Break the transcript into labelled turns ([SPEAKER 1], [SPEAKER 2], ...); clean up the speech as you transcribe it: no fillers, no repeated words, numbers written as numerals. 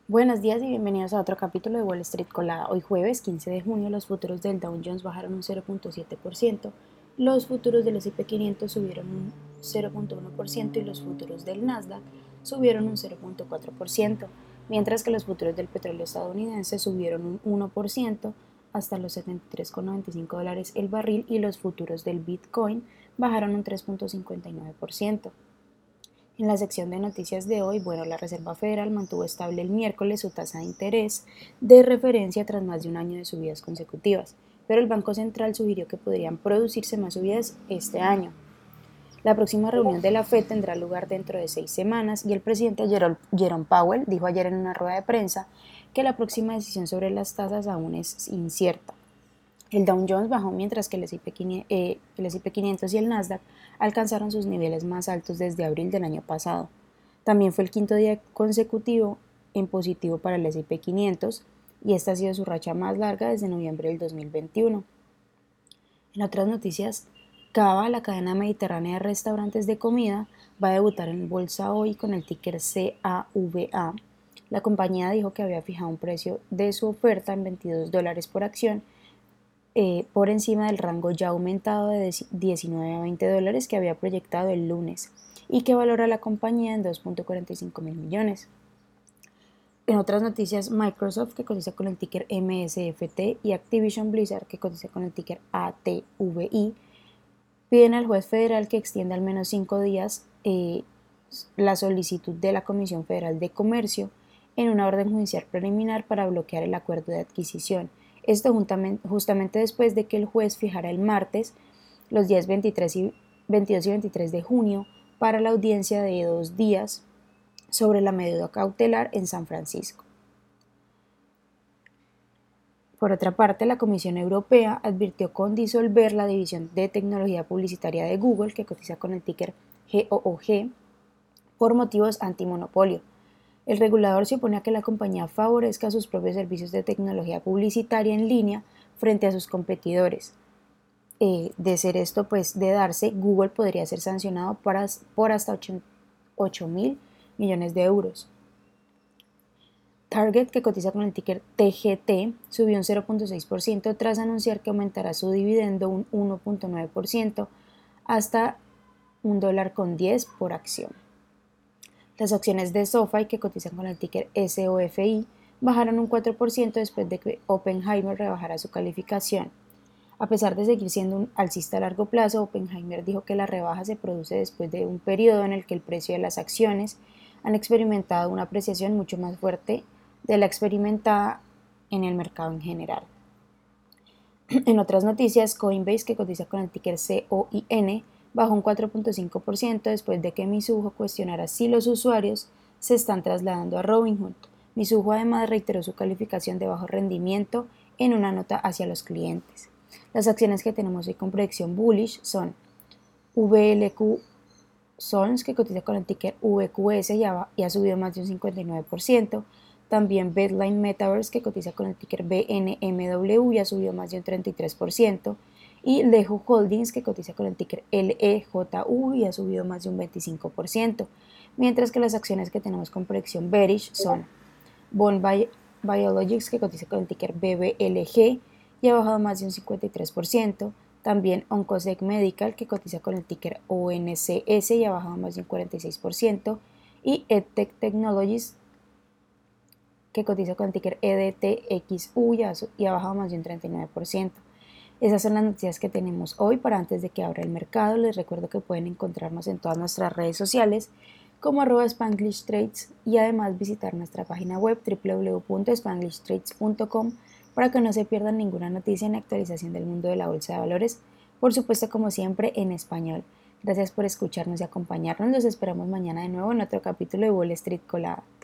[SPEAKER 1] Buenos días y bienvenidos a otro capítulo de Wall Street Colada. Hoy jueves 15 de junio los futuros del Dow Jones bajaron un 0.7%, los futuros del S&P 500 subieron un 0.1% y los futuros del Nasdaq subieron un 0.4%, mientras que los futuros del petróleo estadounidense subieron un 1% hasta los $73,95 el barril y los futuros del Bitcoin bajaron un 3.59%. En la sección de noticias de hoy, la Reserva Federal mantuvo estable el miércoles su tasa de interés de referencia tras más de un año de subidas consecutivas, pero el Banco Central sugirió que podrían producirse más subidas este año. La próxima reunión de la Fed tendrá lugar dentro de 6 semanas y el presidente Jerome Powell dijo ayer en una rueda de prensa que la próxima decisión sobre las tasas aún es incierta. El Dow Jones bajó mientras que el S&P 500 y el Nasdaq alcanzaron sus niveles más altos desde abril del año pasado. También fue el quinto día consecutivo en positivo para el S&P 500 y esta ha sido su racha más larga desde noviembre del 2021. En otras noticias, Cava, la cadena mediterránea de restaurantes de comida, va a debutar en bolsa hoy con el ticker CAVA. La compañía dijo que había fijado un precio de su oferta en $22 por acción por encima del rango ya aumentado de 19 a $20 que había proyectado el lunes y que valora la compañía en 2.45 mil millones. En otras noticias, Microsoft, que cotiza con el ticker MSFT, y Activision Blizzard, que cotiza con el ticker ATVI, piden al juez federal que extienda al menos 5 días la solicitud de la Comisión Federal de Comercio en una orden judicial preliminar para bloquear el acuerdo de adquisición. Esto justamente después de que el juez fijara el martes los días 22 y 23 de junio para la audiencia de 2 días sobre la medida cautelar en San Francisco. Por otra parte, la Comisión Europea advirtió con disolver la división de tecnología publicitaria de Google, que cotiza con el ticker GOOG, por motivos antimonopolio. El regulador se opone a que la compañía favorezca sus propios servicios de tecnología publicitaria en línea frente a sus competidores. De ser esto, de darse, Google podría ser sancionado por hasta 8 mil millones de euros. Target, que cotiza con el ticker TGT, subió un 0.6% tras anunciar que aumentará su dividendo un 1.9% hasta $1.10 por acción. Las acciones de SoFi, que cotizan con el ticker SOFI, bajaron un 4% después de que Oppenheimer rebajara su calificación. A pesar de seguir siendo un alcista a largo plazo, Oppenheimer dijo que la rebaja se produce después de un periodo en el que el precio de las acciones han experimentado una apreciación mucho más fuerte de la experimentada en el mercado en general. En otras noticias, Coinbase, que cotiza con el ticker COIN, bajó un 4.5% después de que Mizuho cuestionara si los usuarios se están trasladando a Robinhood. Mizuho además reiteró su calificación de bajo rendimiento en una nota hacia los clientes. Las acciones que tenemos hoy con proyección bullish son VLQ Sons, que cotiza con el ticker VQS y ha subido más de un 59%. También Bedline Metaverse, que cotiza con el ticker BNMW y ha subido más de un 33%. Y Leju Holdings, que cotiza con el ticker LEJU y ha subido más de un 25%. Mientras que las acciones que tenemos con proyección bearish son Bond Biologics, que cotiza con el ticker BBLG y ha bajado más de un 53%. También Oncosec Medical, que cotiza con el ticker ONCS y ha bajado más de un 46%. Y EdTech Technologies, que cotiza con el ticker EDTXU y ha bajado más de un 39%. Esas son las noticias que tenemos hoy. Para antes de que abra el mercado, les recuerdo que pueden encontrarnos en todas nuestras redes sociales como @SpanglishTrades y además visitar nuestra página web www.spanglishtrades.com para que no se pierdan ninguna noticia ni actualización del mundo de la bolsa de valores, por supuesto como siempre en español. Gracias por escucharnos y acompañarnos. Los esperamos mañana de nuevo en otro capítulo de Wall Street Colada.